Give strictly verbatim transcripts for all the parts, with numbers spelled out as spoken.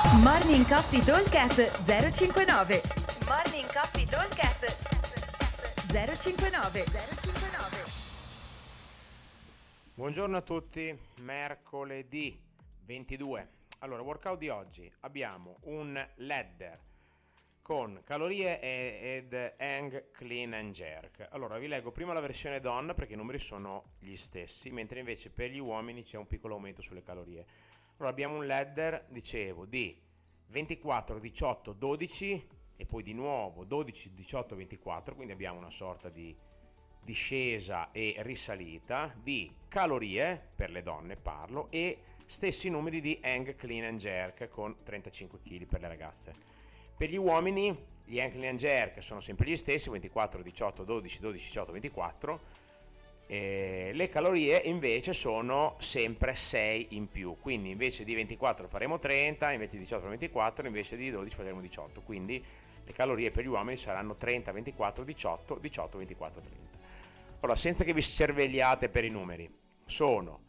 Morning Coffee Talkcast zero cinquantanove. Morning Coffee Talkcast zero cinquantanove. Buongiorno a tutti, mercoledì ventidue. Allora, workout di oggi abbiamo un ladder con calorie ed hang clean and jerk. Allora, vi leggo prima la versione donna perché i numeri sono gli stessi, mentre invece per gli uomini c'è un piccolo aumento sulle calorie. Allora, abbiamo un ladder, dicevo, di ventiquattro, diciotto, dodici e poi di nuovo dodici, diciotto, ventiquattro, quindi abbiamo una sorta di discesa e risalita di calorie, per le donne parlo, e stessi numeri di hang clean and jerk con trentacinque chili per le ragazze. Per gli uomini gli hang clean and jerk sono sempre gli stessi, ventiquattro, diciotto, dodici, dodici, diciotto, ventiquattro. E le calorie invece sono sempre sei in più, quindi invece di ventiquattro faremo trenta, invece di diciotto ventiquattro, invece di dodici faremo diciotto, quindi le calorie per gli uomini saranno trenta, ventiquattro, diciotto, diciotto, ventiquattro, trenta. Allora, senza che vi cervelliate per i numeri, sono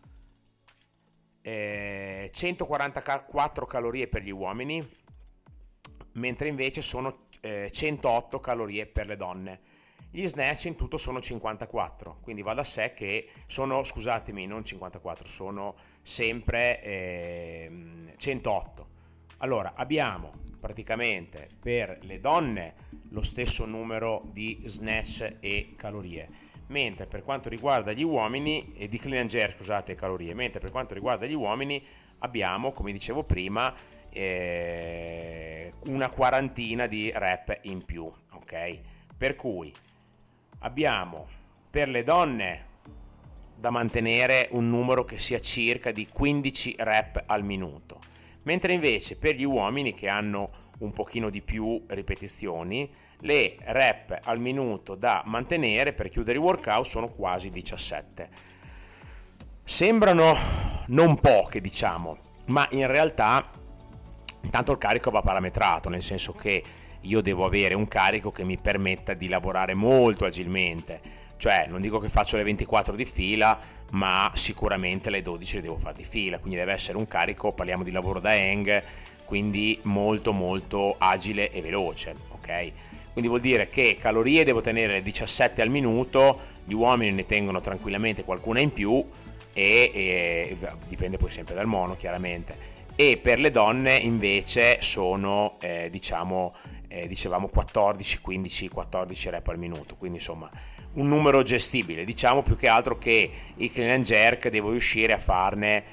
eh, centoquarantaquattro calorie per gli uomini, mentre invece sono eh, centootto calorie per le donne. Gli snatch in tutto sono cinquantaquattro, quindi va da sé che sono, scusatemi, non cinquantaquattro, sono sempre eh, centootto. Allora, abbiamo praticamente per le donne lo stesso numero di snatch e calorie, mentre per quanto riguarda gli uomini, e di clean and jerk, scusate, calorie, mentre per quanto riguarda gli uomini abbiamo, come dicevo prima, eh, una quarantina di rep in più, ok? Per cui abbiamo per le donne da mantenere un numero che sia circa di quindici rep al minuto, mentre invece per gli uomini che hanno un pochino di più ripetizioni, le rep al minuto da mantenere per chiudere il workout sono quasi diciassette. Sembrano non poche, diciamo, ma in realtà intanto il carico va parametrato, nel senso che io devo avere un carico che mi permetta di lavorare molto agilmente, cioè non dico che faccio le ventiquattro di fila, ma sicuramente le dodici le devo fare di fila, quindi deve essere un carico, parliamo di lavoro da hang, quindi molto molto agile e veloce, ok? Quindi vuol dire che calorie devo tenere diciassette al minuto, gli uomini ne tengono tranquillamente qualcuna in più e, e dipende poi sempre dal mono chiaramente, e per le donne invece sono eh, diciamo eh, dicevamo quattordici, quindici, quattordici rep al minuto, quindi insomma un numero gestibile, diciamo più che altro che il clean and jerk devo riuscire a farne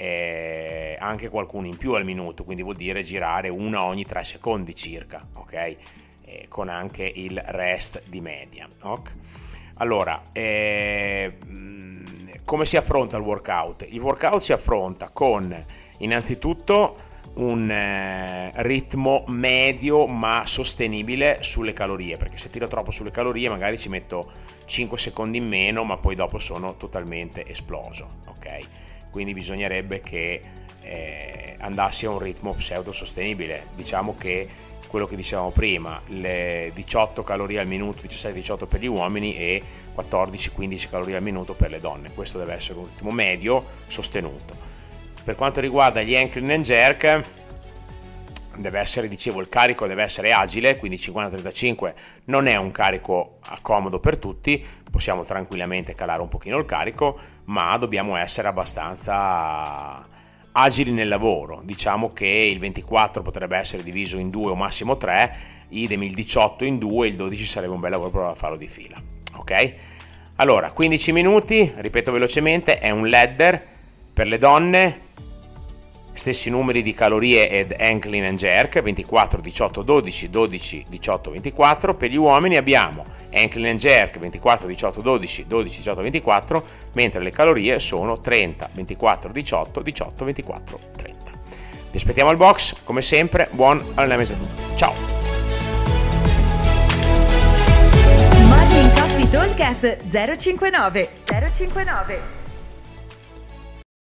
eh, anche qualcuno in più al minuto, quindi vuol dire girare una ogni tre secondi circa, ok? Eh, con anche il rest di media, ok? Allora, eh, come si affronta il workout? Il workout si affronta con innanzitutto un eh, ritmo medio ma sostenibile sulle calorie, perché se tiro troppo sulle calorie magari ci metto cinque secondi in meno, ma poi dopo sono totalmente esploso, ok? Quindi bisognerebbe che eh, andassi a un ritmo pseudo sostenibile, diciamo che quello che dicevamo prima, le diciotto calorie al minuto, diciassette diciotto per gli uomini e quattordici quindici calorie al minuto per le donne. Questo deve essere un ritmo medio sostenuto. Per quanto riguarda gli hang clean and jerk, deve essere, dicevo, il carico deve essere agile, quindi cinquanta trentacinque non è un carico comodo per tutti, possiamo tranquillamente calare un pochino il carico, ma dobbiamo essere abbastanza agili nel lavoro. Diciamo che il ventiquattro potrebbe essere diviso in due o massimo tre, idem il diciotto in due, il dodici sarebbe un bel lavoro per farlo di fila, ok? Allora, quindici minuti, ripeto velocemente, è un ladder per le donne, stessi numeri di calorie ed hang clean and jerk, ventiquattro, diciotto, dodici, dodici, diciotto, ventiquattro. Per gli uomini abbiamo hang clean and jerk, ventiquattro, diciotto, dodici, dodici, diciotto, ventiquattro, mentre le calorie sono trenta, ventiquattro, diciotto, diciotto, ventiquattro, trenta. Vi aspettiamo al box, come sempre, buon allenamento a tutti. Ciao! Morning Coffee Talkcast zero cinquantanove.